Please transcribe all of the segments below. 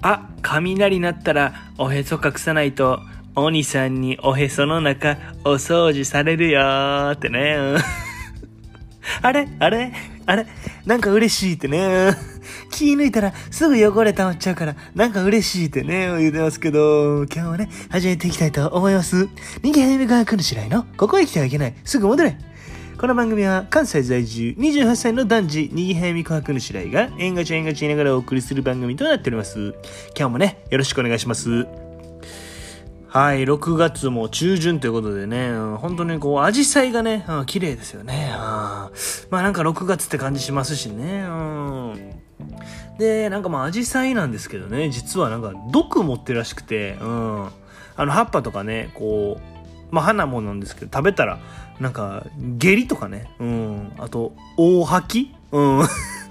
雷鳴ったらおへそ隠さないと鬼さんにおへその中お掃除されるよーってね。あれなんか嬉しいってね。気抜いたらすぐ汚れ溜まっちゃうからなんか嬉しいってね言ってますけど、今日はね始めていきたいと思います。人気早めが来るしないのここへ来てはいけない、すぐ戻れ。この番組は関西在住28歳の男児にぎはやみこはくぬしらいが縁がち言いながらお送りする番組となっております。今日もねよろしくお願いします。はい、6月も中旬ということでね、本当にこうアジサイがね、綺麗ですよね。まあなんか6月って感じしますしね。で、なんかアジサイなんですけどね、実はなんか毒持ってるらしくて、葉っぱとかね、こう花もなんですけど食べたらなんか下痢とかね、あと大吐き、嘔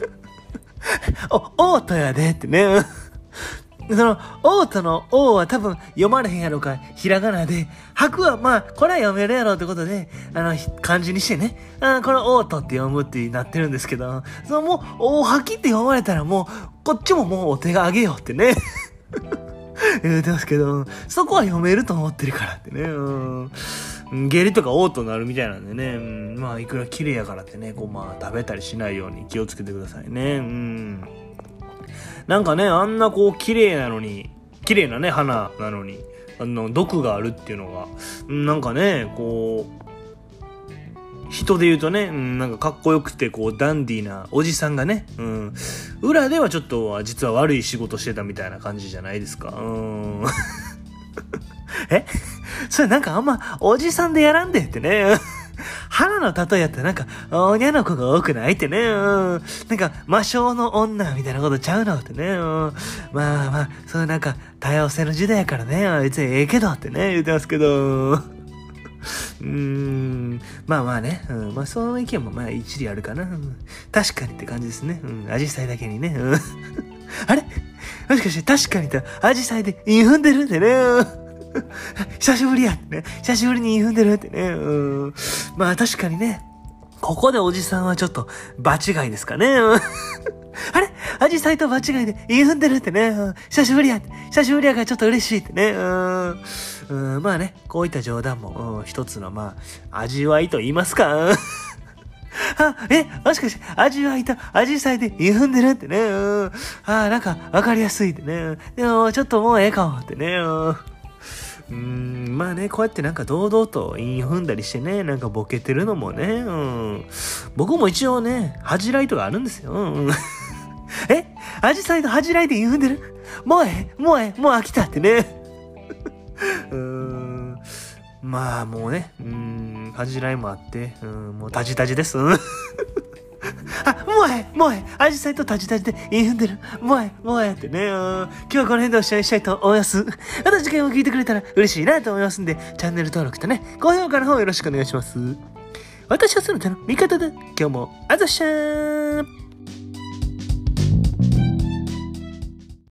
吐やでってね。その嘔吐の嘔は多分読まれへんやろか、ひらがなで、吐くはこれは読めるやろってことで漢字にしてね、この嘔吐って読むってなってるんですけど、そのもう大吐きって読まれたらもうこっちももうお手があげようってね言ってますけど、そこは読めると思ってるからってね。下痢とか嘔吐になるみたいなんでね、いくら綺麗やからってね、こう食べたりしないように気をつけてくださいね。なんかね、あんなこう綺麗なね花なのに毒があるっていうのが、なんかねこう人で言うとね、なんかかっこよくてこうダンディーなおじさんがね、裏ではちょっと実は悪い仕事してたみたいな感じじゃないですか。それなんかあんまおじさんでやらんでってね。花の例えやったらなんかおにゃの子が多くないってね。なんか魔性の女みたいなことちゃうのってね。そういうなんか多様性の時代やからね、別にええけどってね言ってますけど。ね、その意見も一理あるかな。確かにって感じですね。アジサイだけにね。あれもしかして確かにとアジサイで韻踏んでるってね。久しぶりやってね。久しぶりに韻踏んでるってね。確かにね。ここでおじさんはちょっと場違いですかね。あれアジサイと場違いで韻踏んでるってね。久しぶりやからちょっと嬉しいってね。こういった冗談も一つの味わいと言いますか。もしかして味わいとアジサイで韻踏んでるってね。なんかわかりやすいってね。でもちょっともうええかもってね。こうやってなんか堂々と韻踏んだりしてね、なんかボケてるのもね、僕も一応ね恥じらいとかあるんですよ。アジサイと恥じらいで韻踏んでる、もう飽きたってね。もうね、恥じらいもあって、もうタジタジです。もうアジサイとタジタジで韻踏んでる。もうってね。今日はこの辺でおしまいしたいと思います。また次回も聞いてくれたら嬉しいなと思いますんで、チャンネル登録とね、高評価の方よろしくお願いします。私はその手の味方だ。今日もあざっしゃー。